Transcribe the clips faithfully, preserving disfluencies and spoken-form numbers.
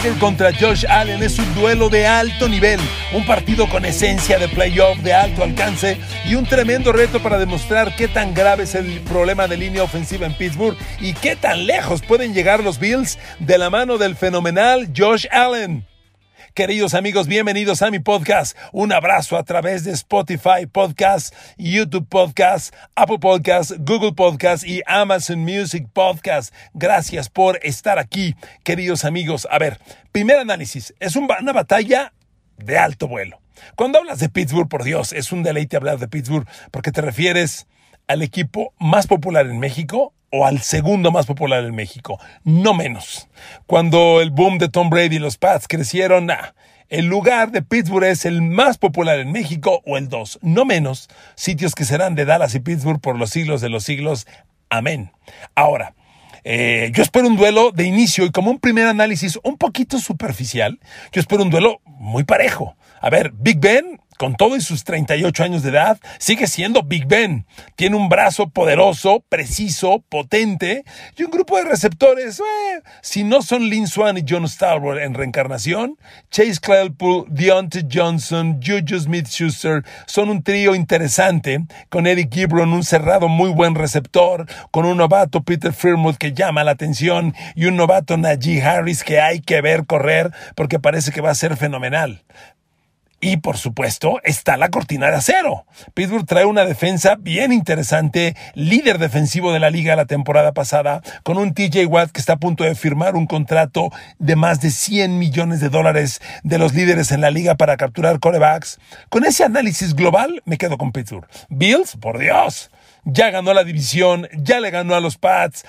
Target contra Josh Allen es un duelo de alto nivel, un partido con esencia de playoff de alto alcance y un tremendo reto para demostrar qué tan grave es el problema de línea ofensiva en Pittsburgh y qué tan lejos pueden llegar los Bills de la mano del fenomenal Josh Allen. Queridos amigos, bienvenidos a mi podcast. Un abrazo a través de Spotify Podcast, YouTube Podcast, Apple Podcast, Google Podcast y Amazon Music Podcast. Gracias por estar aquí, queridos amigos. A ver, primer análisis. Es un, una batalla de alto vuelo. Cuando hablas de Pittsburgh, por Dios, es un deleite hablar de Pittsburgh porque te refieres al equipo más popular en México o al segundo más popular en México, no menos. Cuando el boom de Tom Brady y los Pats crecieron, nah, el lugar de Pittsburgh es el más popular en México o el dos, no menos. Sitios que serán de Dallas y Pittsburgh por los siglos de los siglos. Amén. Ahora, eh, yo espero un duelo de inicio y como un primer análisis un poquito superficial, yo espero un duelo muy parejo. A ver, Big Ben, con todo y sus treinta y ocho años de edad, sigue siendo Big Ben. Tiene un brazo poderoso, preciso, potente y un grupo de receptores. Eh, si no son Lynn Swann y John Stallworth en reencarnación, Chase Claypool, Deontay Johnson, Juju Smith-Schuster son un trío interesante, con Eric Ebron, un cerrado muy buen receptor, con un novato Peter Freiermuth que llama la atención y un novato Najee Harris que hay que ver correr porque parece que va a ser fenomenal. Y, por supuesto, está la cortina de acero. Pittsburgh trae una defensa bien interesante, líder defensivo de la liga la temporada pasada, con un T J Watt que está a punto de firmar un contrato de más de cien millones de dólares de los líderes en la liga para capturar quarterbacks. Con ese análisis global, me quedo con Pittsburgh. Bills, por Dios, ya ganó la división, ya le ganó a los Pats.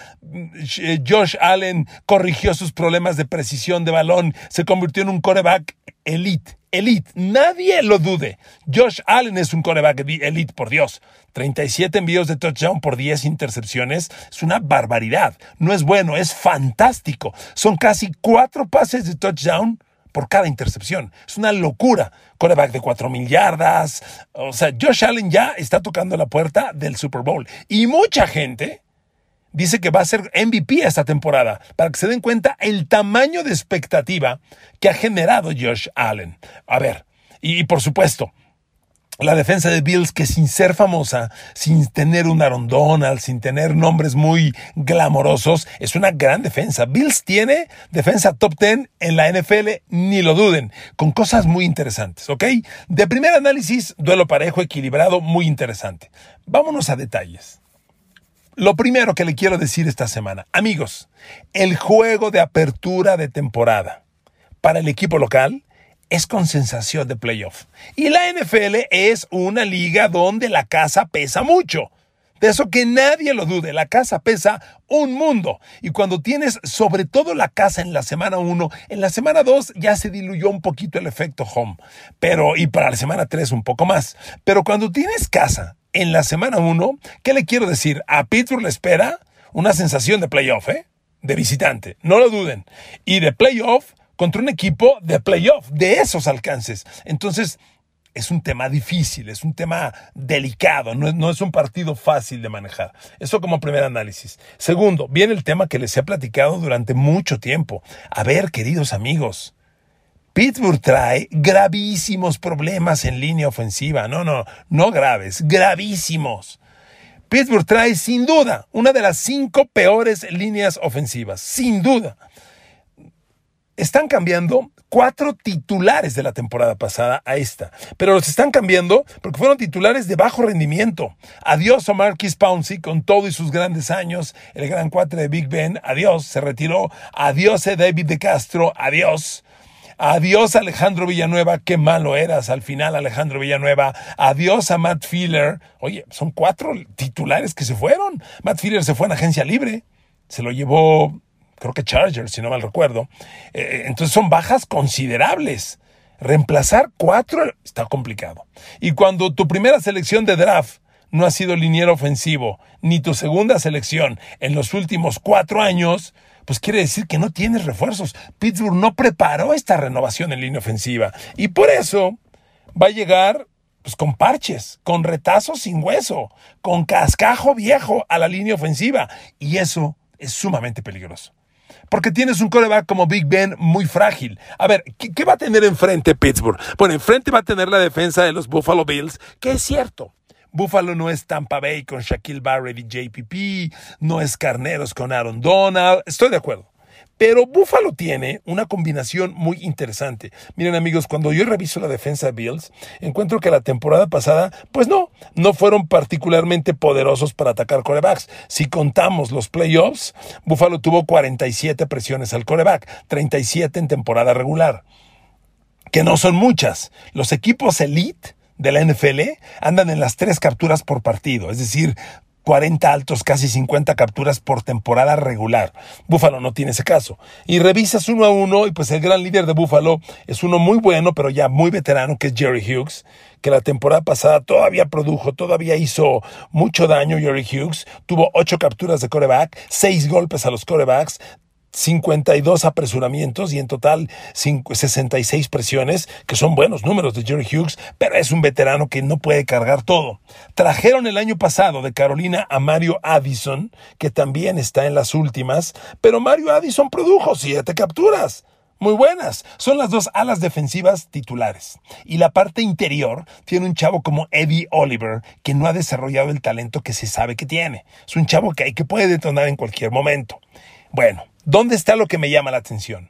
Josh Allen corrigió sus problemas de precisión de balón, se convirtió en un quarterback elite. Elite, nadie lo dude. Josh Allen es un quarterback elite, por Dios. treinta y siete envíos de touchdown por diez intercepciones. Es una barbaridad. No es bueno, es fantástico. Son casi cuatro pases de touchdown por cada intercepción. Es una locura. Quarterback de cuatro mil yardas. O sea, Josh Allen ya está tocando la puerta del Super Bowl. Y mucha gente dice que va a ser M V P esta temporada, para que se den cuenta el tamaño de expectativa que ha generado Josh Allen. A ver, y, y por supuesto, la defensa de Bills, que sin ser famosa, sin tener un Aaron Donald, sin tener nombres muy glamorosos, es una gran defensa. Bills tiene defensa top diez en la N F L, ni lo duden, con cosas muy interesantes, ¿ok? De primer análisis, duelo parejo, equilibrado, muy interesante. Vámonos a detalles. Lo primero que le quiero decir esta semana, amigos, el juego de apertura de temporada para el equipo local es con sensación de playoff. Y la N F L es una liga donde la casa pesa mucho. De eso que nadie lo dude, la casa pesa un mundo. Y cuando tienes sobre todo la casa en la semana uno, en la semana dos ya se diluyó un poquito el efecto home. Pero, y para la semana tres un poco más. Pero cuando tienes casa en la semana uno, ¿qué le quiero decir? A Pittsburgh le espera una sensación de playoff, ¿eh? De visitante, no lo duden. Y de playoff contra un equipo de playoff, de esos alcances. Entonces, es un tema difícil, es un tema delicado, no es, no es un partido fácil de manejar. Eso como primer análisis. Segundo, viene el tema que les he platicado durante mucho tiempo. A ver, queridos amigos, Pittsburgh trae gravísimos problemas en línea ofensiva. No, no, no graves, gravísimos. Pittsburgh trae sin duda una de las cinco peores líneas ofensivas, sin duda. Están cambiando cuatro titulares de la temporada pasada a esta, pero los están cambiando porque fueron titulares de bajo rendimiento. Adiós a Maurkice Pouncey con todo y sus grandes años, el gran cuatre de Big Ben, adiós, se retiró. Adiós a David de Castro, adiós. Adiós a Alejandro Villanueva, qué malo eras al final, Alejandro Villanueva. Adiós a Matt Feiler. Oye, son cuatro titulares que se fueron. Matt Feiler se fue en agencia libre, se lo llevó, creo que Chargers, si no mal recuerdo. Eh, entonces son bajas considerables. Reemplazar cuatro está complicado. Y cuando tu primera selección de draft no ha sido liniero ofensivo, ni tu segunda selección en los últimos cuatro años, pues quiere decir que no tienes refuerzos. Pittsburgh no preparó esta renovación en línea ofensiva. Y por eso va a llegar pues, con parches, con retazos sin hueso, con cascajo viejo a la línea ofensiva. Y eso es sumamente peligroso. porque tienes un quarterback como Big Ben muy frágil. A ver, ¿qué, qué va a tener enfrente Pittsburgh? Bueno, enfrente va a tener la defensa de los Buffalo Bills, que es cierto. Buffalo no es Tampa Bay con Shaquille Barrett y J P P, no es Carneros con Aaron Donald, estoy de acuerdo. Pero Buffalo tiene una combinación muy interesante. Miren amigos, cuando yo reviso la defensa de Bills, encuentro que la temporada pasada, pues no, no fueron particularmente poderosos para atacar quarterbacks. Si contamos los playoffs, Buffalo tuvo cuarenta y siete presiones al quarterback, treinta y siete en temporada regular, que no son muchas. Los equipos elite de la N F L andan en las tres capturas por partido, es decir, cuarenta altos, casi cincuenta capturas por temporada regular. Buffalo no tiene ese caso. Y revisas uno a uno y pues el gran líder de Buffalo es uno muy bueno, pero ya muy veterano, que es Jerry Hughes, que la temporada pasada todavía produjo, todavía hizo mucho daño. Jerry Hughes tuvo ocho capturas de quarterback, seis golpes a los quarterbacks, cincuenta y dos apresuramientos y en total sesenta y seis presiones, que son buenos números de Jerry Hughes, pero es un veterano que no puede cargar todo. Trajeron el año pasado de Carolina a Mario Addison, que también está en las últimas, pero Mario Addison produjo siete capturas. Muy buenas. Son las dos alas defensivas titulares. Y la parte interior tiene un chavo como Eddie Oliver, que no ha desarrollado el talento que se sabe que tiene. Es un chavo que, que puede detonar en cualquier momento. Bueno, ¿dónde está lo que me llama la atención?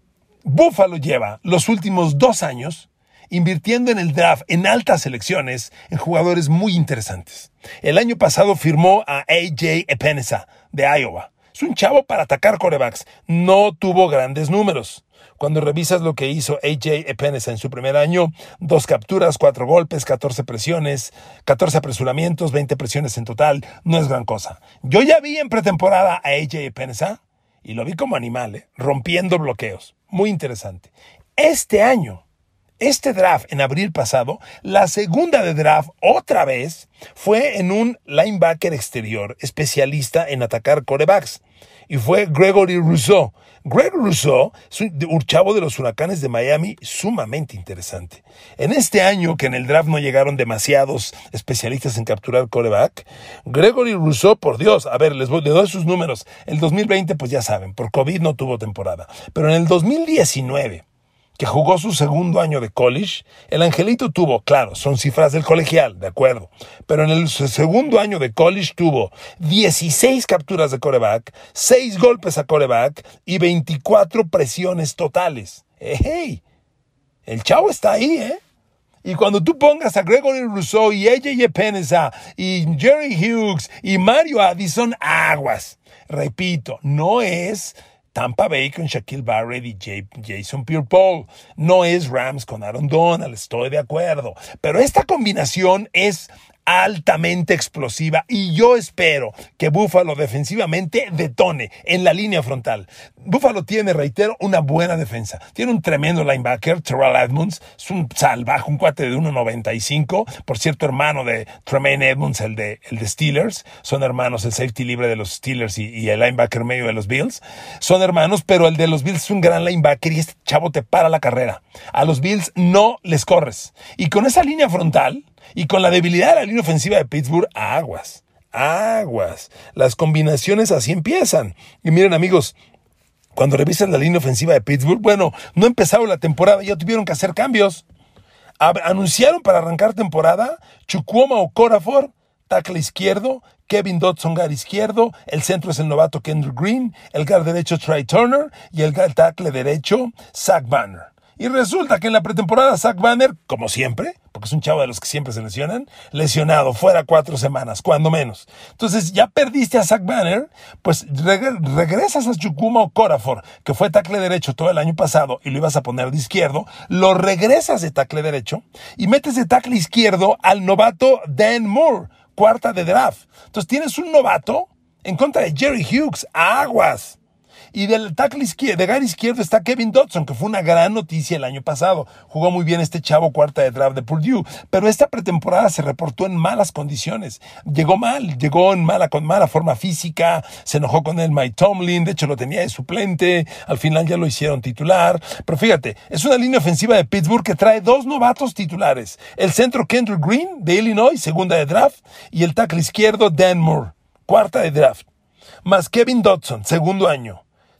Buffalo lleva los últimos dos años invirtiendo en el draft, en altas selecciones, en jugadores muy interesantes. El año pasado firmó a A J Epenesa de Iowa. Es un chavo para atacar quarterbacks. No tuvo grandes números. Cuando revisas lo que hizo A J Epenesa en su primer año, dos capturas, cuatro golpes, catorce presiones, catorce apresuramientos, veinte presiones en total, no es gran cosa. Yo ya vi en pretemporada a A J Epenesa y lo vi como animal, ¿eh? Rompiendo bloqueos. Muy interesante. Este año, este draft en abril pasado, la segunda de draft otra vez fue en un linebacker exterior especialista en atacar quarterbacks. Y fue Gregory Rousseau. Greg Rousseau es un chavo de los Huracanes de Miami sumamente interesante. En este año, que en el draft no llegaron demasiados especialistas en capturar quarterback, Gregory Rousseau, por Dios, a ver, les, voy, les doy sus números. El dos mil veinte, pues ya saben, por COVID no tuvo temporada. Pero en el dos mil diecinueve, que jugó su segundo año de college, el angelito tuvo, claro, son cifras del colegial, de acuerdo, pero en el segundo año de college tuvo dieciséis capturas de quarterback, seis golpes a quarterback y veinticuatro presiones totales. ¡Hey! El chavo está ahí, ¿eh? Y cuando tú pongas a Gregory Rousseau y A J Epenesa y Jerry Hughes y Mario Addison, aguas. Repito, no es Tampa Bay con Shaquille Barrett y Jason Pierre-Paul. No es Rams con Aaron Donald, estoy de acuerdo. Pero esta combinación es altamente explosiva y yo espero que Buffalo defensivamente detone en la línea frontal. Buffalo tiene, reitero, una buena defensa. Tiene un tremendo linebacker, Terrell Edmunds, es un salvaje, un cuate de uno noventa y cinco, por cierto, hermano de Tremaine Edmunds, el de, el de Steelers. Son hermanos, el safety libre de los Steelers y, y el linebacker medio de los Bills. Son hermanos, pero el de los Bills es un gran linebacker y este chavo te para la carrera. A los Bills no les corres. Y con esa línea frontal, y con la debilidad de la línea ofensiva de Pittsburgh, aguas, aguas. Las combinaciones así empiezan. Y miren amigos, cuando revisan la línea ofensiva de Pittsburgh, bueno, no empezaron la temporada, ya tuvieron que hacer cambios. Anunciaron para arrancar temporada Chukwuma Okorafor, tackle izquierdo, Kevin Dodson, guard izquierdo, el centro es el novato Kendrick Green, el guard derecho Trey Turner y el guard tackle derecho Zach Banner. Y resulta que en la pretemporada Zach Banner, como siempre, porque es un chavo de los que siempre se lesionan, lesionado, fuera cuatro semanas, cuando menos. Entonces ya perdiste a Zach Banner, pues reg- regresas a Chukwuma Okorafor, que fue tackle derecho todo el año pasado y lo ibas a poner de izquierdo, lo regresas de tackle derecho y metes de tackle izquierdo al novato Dan Moore, cuarta de draft. Entonces tienes un novato en contra de Jerry Hughes, aguas. Y del tackle izquierdo, de guard izquierdo está Kevin Dodson, que fue una gran noticia el año pasado. Jugó muy bien este chavo, cuarta de draft de Purdue. Pero esta pretemporada se reportó en malas condiciones. Llegó mal, llegó en mala, con mala forma física. Se enojó con él Mike Tomlin. De hecho, lo tenía de suplente. Al final ya lo hicieron titular. Pero fíjate, es una línea ofensiva de Pittsburgh que trae dos novatos titulares. El centro Kendrick Green de Illinois, segunda de draft. Y el tackle izquierdo Dan Moore, cuarta de draft. Más Kevin Dodson, segundo año.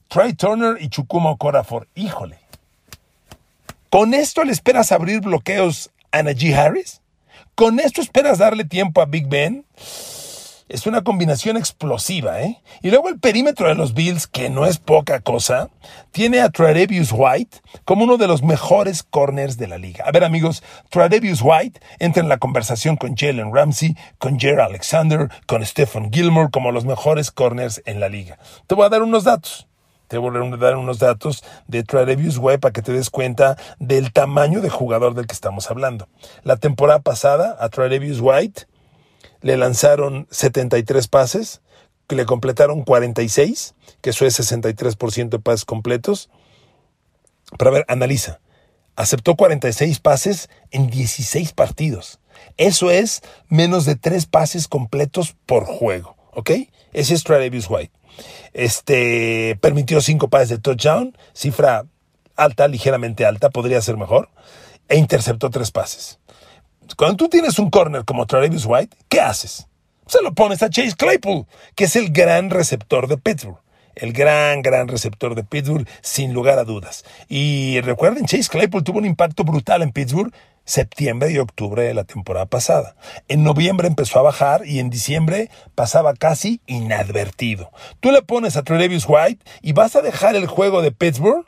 Trey Turner y Chukwuma Okorafor. Híjole. ¿Con esto le esperas abrir bloqueos a Najee Harris? ¿Con esto esperas darle tiempo a Big Ben? Es una combinación explosiva, ¿eh? Y luego el perímetro de los Bills, que no es poca cosa, tiene a Tre'Davious White como uno de los mejores corners de la liga. A ver, amigos, Tre'Davious White entra en la conversación con Jalen Ramsey, con Jaire Alexander, con Stephon Gilmore como los mejores corners en la liga. Te voy a dar unos datos. Te voy a dar unos datos de Tre'Davious White para que te des cuenta del tamaño de jugador del que estamos hablando. La temporada pasada a Tre'Davious White le lanzaron setenta y tres pases, le completaron cuarenta y seis, que eso es sesenta y tres por ciento de pases completos. Pero a ver, analiza. Aceptó cuarenta y seis pases en dieciséis partidos. Eso es menos de tres pases completos por juego, ¿ok? Ese es Tre'Davious White. Este, permitió cinco pases de touchdown, cifra alta, ligeramente alta, podría ser mejor, e interceptó tres pases. Cuando tú tienes un corner como Tre'Davious White, ¿qué haces? Se lo pones a Chase Claypool, que es el gran receptor de Pittsburgh. El gran, gran receptor de Pittsburgh, sin lugar a dudas. Y recuerden, Chase Claypool tuvo un impacto brutal en Pittsburgh septiembre y octubre de la temporada pasada. En noviembre empezó a bajar y en diciembre pasaba casi inadvertido. Tú le pones a Tre'Davious White y vas a dejar el juego de Pittsburgh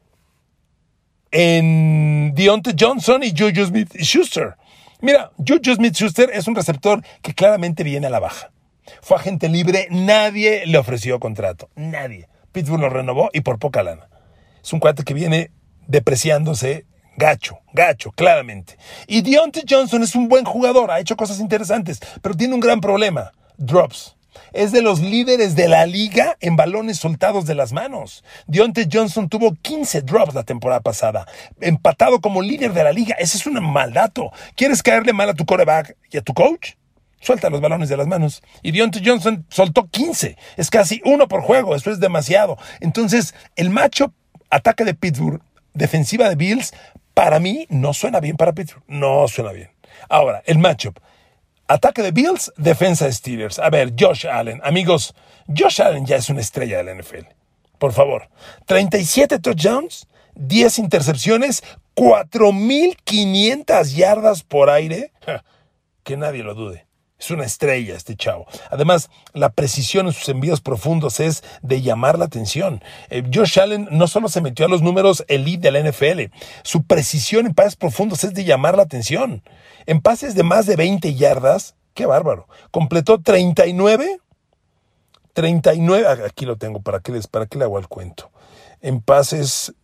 en Diontae Johnson y Juju Smith-Schuster. Mira, Juju Smith-Schuster es un receptor que claramente viene a la baja. Fue agente libre, nadie le ofreció contrato, nadie. Pittsburgh lo renovó y por poca lana. Es un cuate que viene depreciándose gacho, gacho, claramente. Y Diontae Johnson es un buen jugador, ha hecho cosas interesantes, pero tiene un gran problema, drops. Es de los líderes de la liga en balones soltados de las manos. Diontae Johnson tuvo quince drops la temporada pasada, empatado como líder de la liga. Ese es un mal dato. ¿Quieres caerle mal a tu quarterback y a tu coach? Suelta los balones de las manos. Y Diontae Johnson soltó quince. Es casi uno por juego. Eso es demasiado. Entonces, el matchup ataque de Pittsburgh, defensiva de Bills, para mí no suena bien para Pittsburgh. No suena bien. Ahora, el matchup. Ataque de Bills, defensa de Steelers. A ver, Josh Allen. Amigos, Josh Allen ya es una estrella de la N F L. Por favor. treinta y siete touchdowns, diez intercepciones, cuatro mil quinientas yardas por aire. Que nadie lo dude. Es una estrella este chavo. Además, la precisión en sus envíos profundos es de llamar la atención. Eh, Josh Allen no solo se metió a los números elite de la N F L, su precisión en pases profundos es de llamar la atención. En pases de más de veinte yardas, qué bárbaro. Completó treinta y nueve, treinta y nueve, aquí lo tengo, ¿para qué, les, para qué le hago el cuento? En pases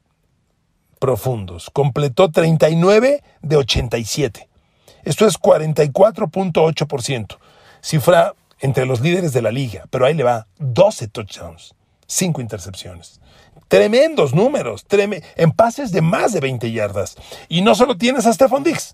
profundos, completó treinta y nueve de ochenta y siete. Esto es cuarenta y cuatro punto ocho por ciento, cifra entre los líderes de la liga, pero ahí le va, doce touchdowns, cinco intercepciones. Tremendos números, trem- en pases de más de veinte yardas. Y no solo tienes a Stephon Diggs,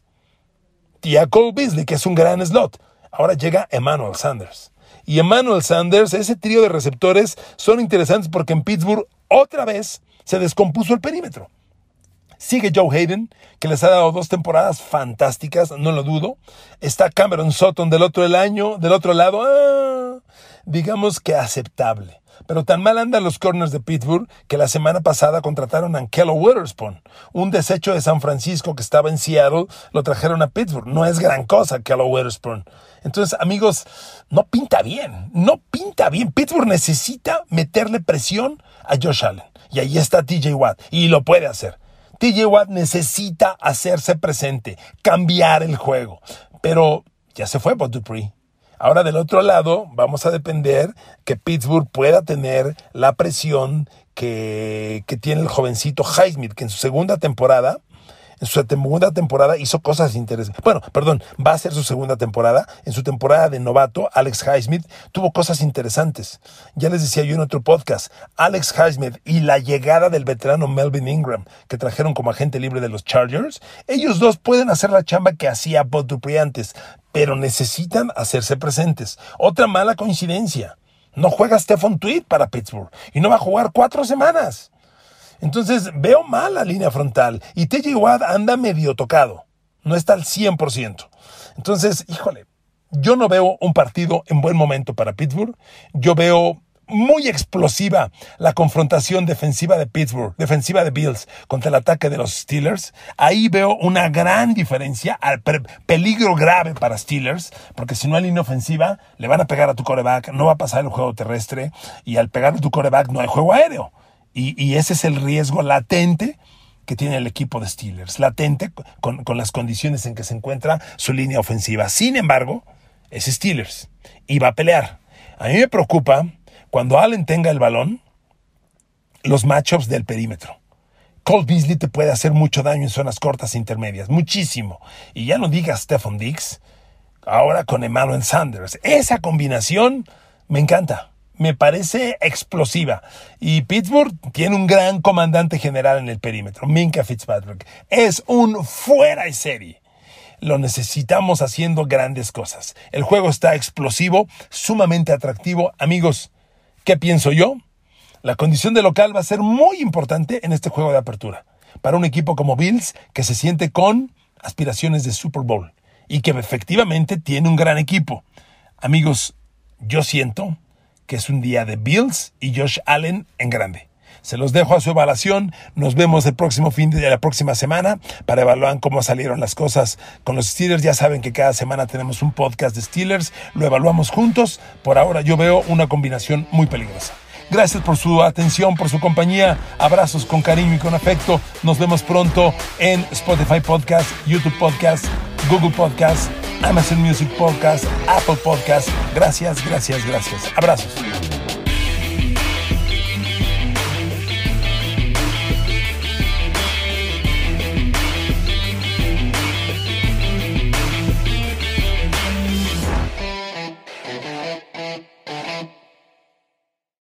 y a Cole Beasley, que es un gran slot. Ahora llega Emmanuel Sanders. Y Emmanuel Sanders, ese trío de receptores, son interesantes porque en Pittsburgh otra vez se descompuso el perímetro. Sigue Joe Hayden, que les ha dado dos temporadas fantásticas, no lo dudo. Está Cameron Sutton del otro, del año, del otro lado, ah, digamos que aceptable. Pero tan mal andan los corners de Pittsburgh que la semana pasada contrataron a Ahkello Witherspoon, un desecho de San Francisco que estaba en Seattle, lo trajeron a Pittsburgh. No es gran cosa Ahkello Witherspoon. Entonces, amigos, no pinta bien, no pinta bien. Pittsburgh necesita meterle presión a Josh Allen. Y ahí está T J Watt, y lo puede hacer. T J Watt necesita hacerse presente, cambiar el juego. Pero ya se fue Bud Dupree. Ahora del otro lado vamos a depender que Pittsburgh pueda tener la presión que, que tiene el jovencito Highsmith, que en su segunda temporada, en su segunda temporada hizo cosas interesantes. Bueno, perdón, va a ser su segunda temporada. En su temporada de novato, Alex Highsmith tuvo cosas interesantes. Ya les decía yo en otro podcast, Alex Highsmith y la llegada del veterano Melvin Ingram, que trajeron como agente libre de los Chargers, ellos dos pueden hacer la chamba que hacía Bud Dupree antes, pero necesitan hacerse presentes. Otra mala coincidencia. No juega Stephon Tweed para Pittsburgh y no va a jugar cuatro semanas. Entonces veo mal la línea frontal y T J Watt anda medio tocado. No está al cien por ciento. Entonces, híjole, yo no veo un partido en buen momento para Pittsburgh. Yo veo muy explosiva la confrontación defensiva de Pittsburgh, defensiva de Bills contra el ataque de los Steelers. Ahí veo una gran diferencia, al peligro grave para Steelers, porque si no hay línea ofensiva, le van a pegar a tu quarterback, no va a pasar el juego terrestre, y al pegar a tu quarterback no hay juego aéreo. Y, y ese es el riesgo latente que tiene el equipo de Steelers, latente con, con las condiciones en que se encuentra su línea ofensiva. Sin embargo, es Steelers y va a pelear. A mí me preocupa cuando Allen tenga el balón, los matchups del perímetro. Cole Beasley te puede hacer mucho daño en zonas cortas e intermedias, muchísimo. Y ya no digas Stephon Diggs, ahora con Emmanuel Sanders. Esa combinación me encanta, me parece explosiva. Y Pittsburgh tiene un gran comandante general en el perímetro, Minkah Fitzpatrick. Es un fuera de serie. Lo necesitamos haciendo grandes cosas. El juego está explosivo, sumamente atractivo. Amigos, ¿qué pienso yo? La condición de local va a ser muy importante en este juego de apertura para un equipo como Bills que se siente con aspiraciones de Super Bowl y que efectivamente tiene un gran equipo. Amigos, yo siento que es un día de Bills y Josh Allen en grande. Se los dejo a su evaluación. Nos vemos el próximo fin de la próxima semana para evaluar cómo salieron las cosas con los Steelers. Ya saben que cada semana tenemos un podcast de Steelers. Lo evaluamos juntos. Por ahora yo veo una combinación muy peligrosa. Gracias por su atención, por su compañía. Abrazos con cariño y con afecto. Nos vemos pronto en Spotify Podcast, YouTube Podcast, Google Podcast, Amazon Music Podcast, Apple Podcast. Gracias, gracias, gracias. Abrazos.